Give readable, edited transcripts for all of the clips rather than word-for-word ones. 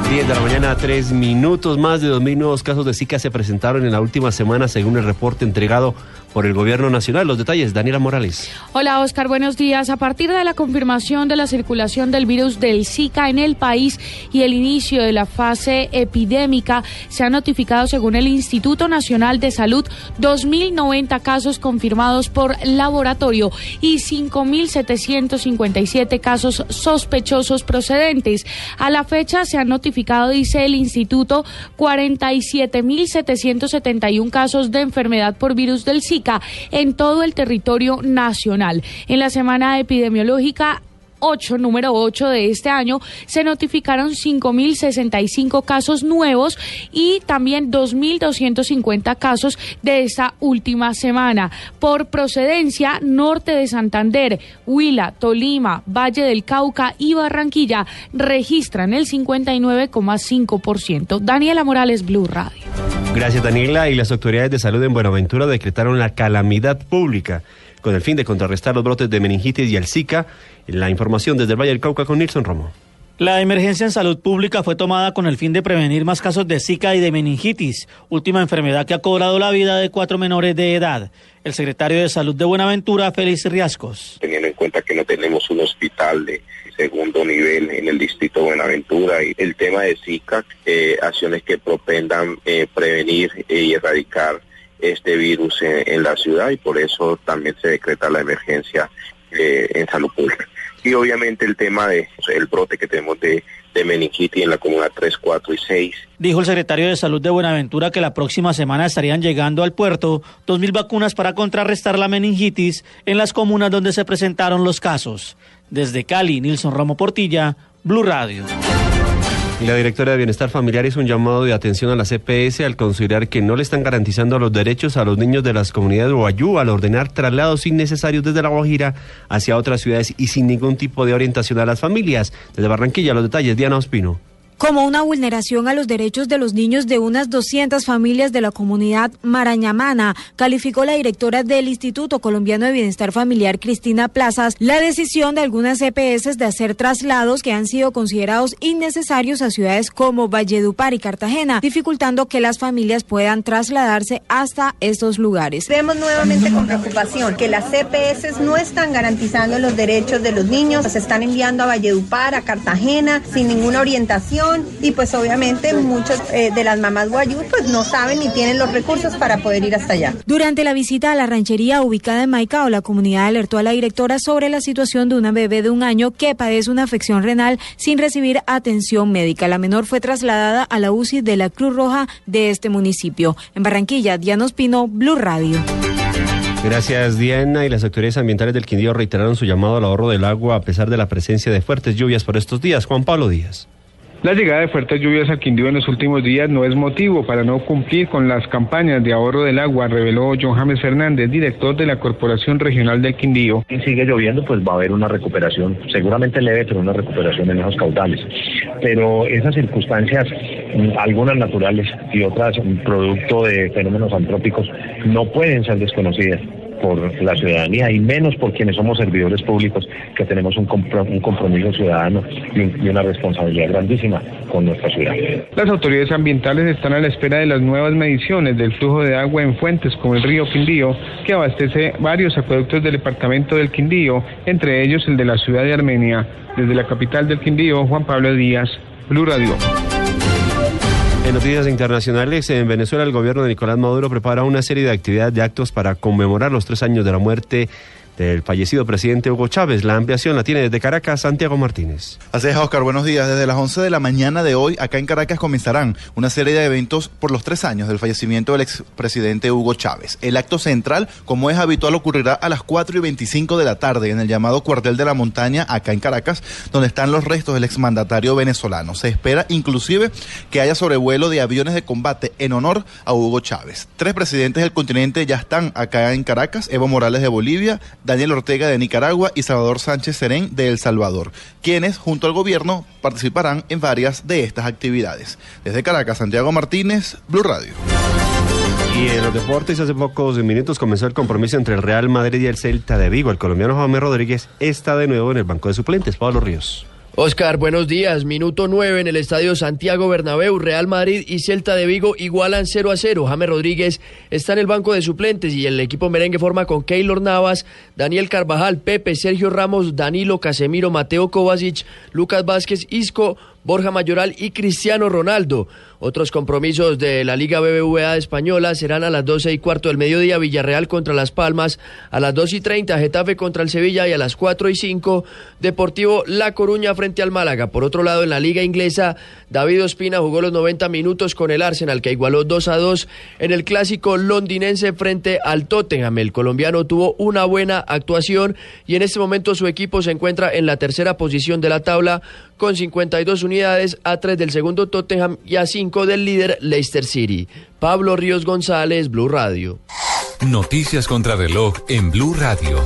10 de la mañana, 3 minutos. Más de 2.000 nuevos casos de Zika se presentaron en la última semana, según el reporte entregado por el Gobierno Nacional. Los detalles, Daniela Morales. Hola, Oscar, buenos días. A partir de la confirmación de la circulación del virus del Zika en el país y el inicio de la fase epidémica, se han notificado, según el Instituto Nacional de Salud, 2.090 casos confirmados por laboratorio y 5.757 casos sospechosos procedentes. A la fecha se han notificado, dice el instituto, 47.771 casos de enfermedad por virus del Zika en todo el territorio nacional. En la semana epidemiológica número 8 de este año, se notificaron 5.065 casos nuevos y también 2.250 casos de esta última semana. Por procedencia, norte de Santander, Huila, Tolima, Valle del Cauca y Barranquilla registran el 59,5%. Daniela Morales, Blue Radio. Gracias, Daniela. Y las autoridades de salud en Buenaventura decretaron la calamidad pública con el fin de contrarrestar los brotes de meningitis y el Zika. La información desde el Valle del Cauca con Nilson Romo. La emergencia en salud pública fue tomada con el fin de prevenir más casos de Zika y de meningitis, última enfermedad que ha cobrado la vida de 4 menores de edad. El secretario de Salud de Buenaventura, Félix Riascos. Teniendo en cuenta que no tenemos un hospital de segundo nivel en el distrito de Buenaventura, y el tema de Zika, acciones que propendan prevenir y erradicar este virus en la ciudad, y por eso también se decreta la emergencia en salud pública. Y obviamente el tema de el brote que tenemos de meningitis en la comuna 3, 4 y 6. Dijo el secretario de Salud de Buenaventura que la próxima semana estarían llegando al puerto 2.000 vacunas para contrarrestar la meningitis en las comunas donde se presentaron los casos. Desde Cali, Nilson Romo Portilla, Blue Radio. Y la directora de Bienestar Familiar hizo un llamado de atención a la CPS al considerar que no le están garantizando los derechos a los niños de las comunidades de Guayú al ordenar traslados innecesarios desde La Guajira hacia otras ciudades y sin ningún tipo de orientación a las familias. Desde Barranquilla, los detalles, Diana Ospino. Como una vulneración a los derechos de los niños de unas 200 familias de la comunidad marañamana, calificó la directora del Instituto Colombiano de Bienestar Familiar, Cristina Plazas, la decisión de algunas EPS de hacer traslados que han sido considerados innecesarios a ciudades como Valledupar y Cartagena, dificultando que las familias puedan trasladarse hasta estos lugares. Vemos nuevamente con preocupación que las EPS no están garantizando los derechos de los niños, se están enviando a Valledupar, a Cartagena, sin ninguna orientación. Y pues obviamente muchos de las mamás guayú pues no saben ni tienen los recursos para poder ir hasta allá. Durante la visita a la ranchería ubicada en Maicao, la comunidad alertó a la directora sobre la situación de una bebé de 1 año que padece una afección renal sin recibir atención médica. La menor fue trasladada a la UCI de la Cruz Roja de este municipio. En Barranquilla, Diana Ospino, Blue Radio. Gracias, Diana. Y las autoridades ambientales del Quindío reiteraron su llamado al ahorro del agua a pesar de la presencia de fuertes lluvias por estos días. Juan Pablo Díaz. La llegada de fuertes lluvias al Quindío en los últimos días no es motivo para no cumplir con las campañas de ahorro del agua, reveló John James Fernández, director de la Corporación Regional del Quindío. Si sigue lloviendo, pues va a haber una recuperación, seguramente leve, pero una recuperación en esos caudales. Pero esas circunstancias, algunas naturales y otras producto de fenómenos antrópicos, no pueden ser desconocidas por la ciudadanía y menos por quienes somos servidores públicos, que tenemos un compromiso ciudadano y una responsabilidad grandísima con nuestra ciudad. Las autoridades ambientales están a la espera de las nuevas mediciones del flujo de agua en fuentes como el río Quindío, que abastece varios acueductos del departamento del Quindío, entre ellos el de la ciudad de Armenia. Desde la capital del Quindío, Juan Pablo Díaz, Blue Radio. En noticias internacionales, en Venezuela el gobierno de Nicolás Maduro prepara una serie de actividades de actos para conmemorar los 3 años de la muerte del fallecido presidente Hugo Chávez. La ampliación la tiene desde Caracas, Santiago Martínez. Así es, Oscar, buenos días. Desde las 11 de la mañana de hoy, acá en Caracas comenzarán una serie de eventos por los 3 años del fallecimiento del expresidente Hugo Chávez. El acto central, como es habitual, ocurrirá a las 4:25 de la tarde en el llamado Cuartel de la Montaña, acá en Caracas, donde están los restos del exmandatario venezolano. Se espera inclusive que haya sobrevuelo de aviones de combate en honor a Hugo Chávez. 3 presidentes del continente ya están acá en Caracas: Evo Morales de Bolivia, Daniel Ortega de Nicaragua y Salvador Sánchez Serén de El Salvador, quienes junto al gobierno participarán en varias de estas actividades. Desde Caracas, Santiago Martínez, Blue Radio. Y en los deportes, hace pocos minutos comenzó el compromiso entre el Real Madrid y el Celta de Vigo. El colombiano James Rodríguez está de nuevo en el banco de suplentes. Pablo Ríos. Oscar, buenos días. Minuto 9 en el Estadio Santiago Bernabéu. Real Madrid y Celta de Vigo igualan 0-0. James Rodríguez está en el banco de suplentes y el equipo merengue forma con Keylor Navas, Daniel Carvajal, Pepe, Sergio Ramos, Danilo, Casemiro, Mateo Kovacic, Lucas Vázquez, Isco, Borja Mayoral y Cristiano Ronaldo. Otros compromisos de la Liga BBVA española serán a las 12:15 del mediodía, Villarreal contra Las Palmas, a las 2:30 Getafe contra el Sevilla y a las 4:05 Deportivo La Coruña frente al Málaga. Por otro lado, en la Liga Inglesa, David Ospina jugó los 90 minutos con el Arsenal, que igualó 2-2 en el clásico londinense frente al Tottenham. El colombiano tuvo una buena actuación y en este momento su equipo se encuentra en la tercera posición de la tabla con 52 unidades, a 3 del segundo Tottenham y a 5 del líder Leicester City. Pablo Ríos González, Blue Radio. Noticias contra reloj en Blue Radio.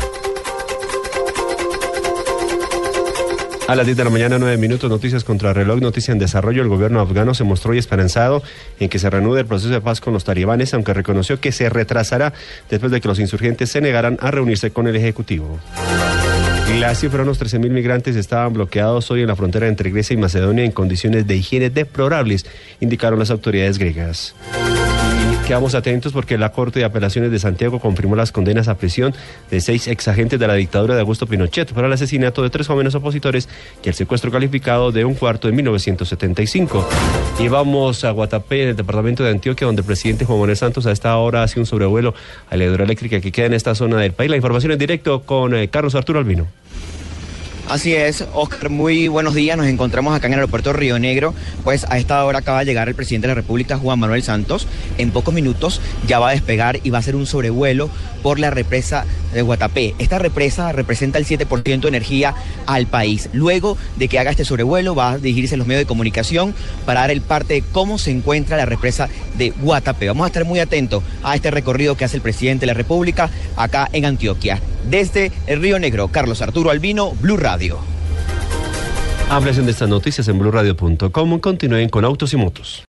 A las 10 de la mañana, 9 minutos, noticias contra reloj, noticia en desarrollo. El gobierno afgano se mostró hoy esperanzado en que se reanude el proceso de paz con los talibanes, aunque reconoció que se retrasará después de que los insurgentes se negaran a reunirse con el Ejecutivo. La cifra de unos 13.000 migrantes estaban bloqueados hoy en la frontera entre Grecia y Macedonia en condiciones de higiene deplorables, indicaron las autoridades griegas. Y quedamos atentos porque la Corte de Apelaciones de Santiago confirmó las condenas a prisión de 6 exagentes de la dictadura de Augusto Pinochet por el asesinato de 3 jóvenes opositores y el secuestro calificado de un cuarto en 1975. Y vamos a Guatapé, en el departamento de Antioquia, donde el presidente Juan Manuel Santos a esta hora hace un sobrevuelo a la hidroeléctrica que queda en esta zona del país. La información en directo con Carlos Arturo Albino. Así es, Oscar, muy buenos días. Nos encontramos acá en el aeropuerto Río Negro. Pues a esta hora acaba de llegar el presidente de la República, Juan Manuel Santos. En pocos minutos ya va a despegar y va a hacer un sobrevuelo por la represa de Guatapé. Esta represa representa el 7% de energía al país. Luego de que haga este sobrevuelo, va a dirigirse a los medios de comunicación para dar el parte de cómo se encuentra la represa de Guatapé. Vamos a estar muy atentos a este recorrido que hace el presidente de la República acá en Antioquia. Desde el Río Negro, Carlos Arturo Albino, Blue Radio. Ampliación de estas noticias en blurradio.com. Continúen con Autos y Motos.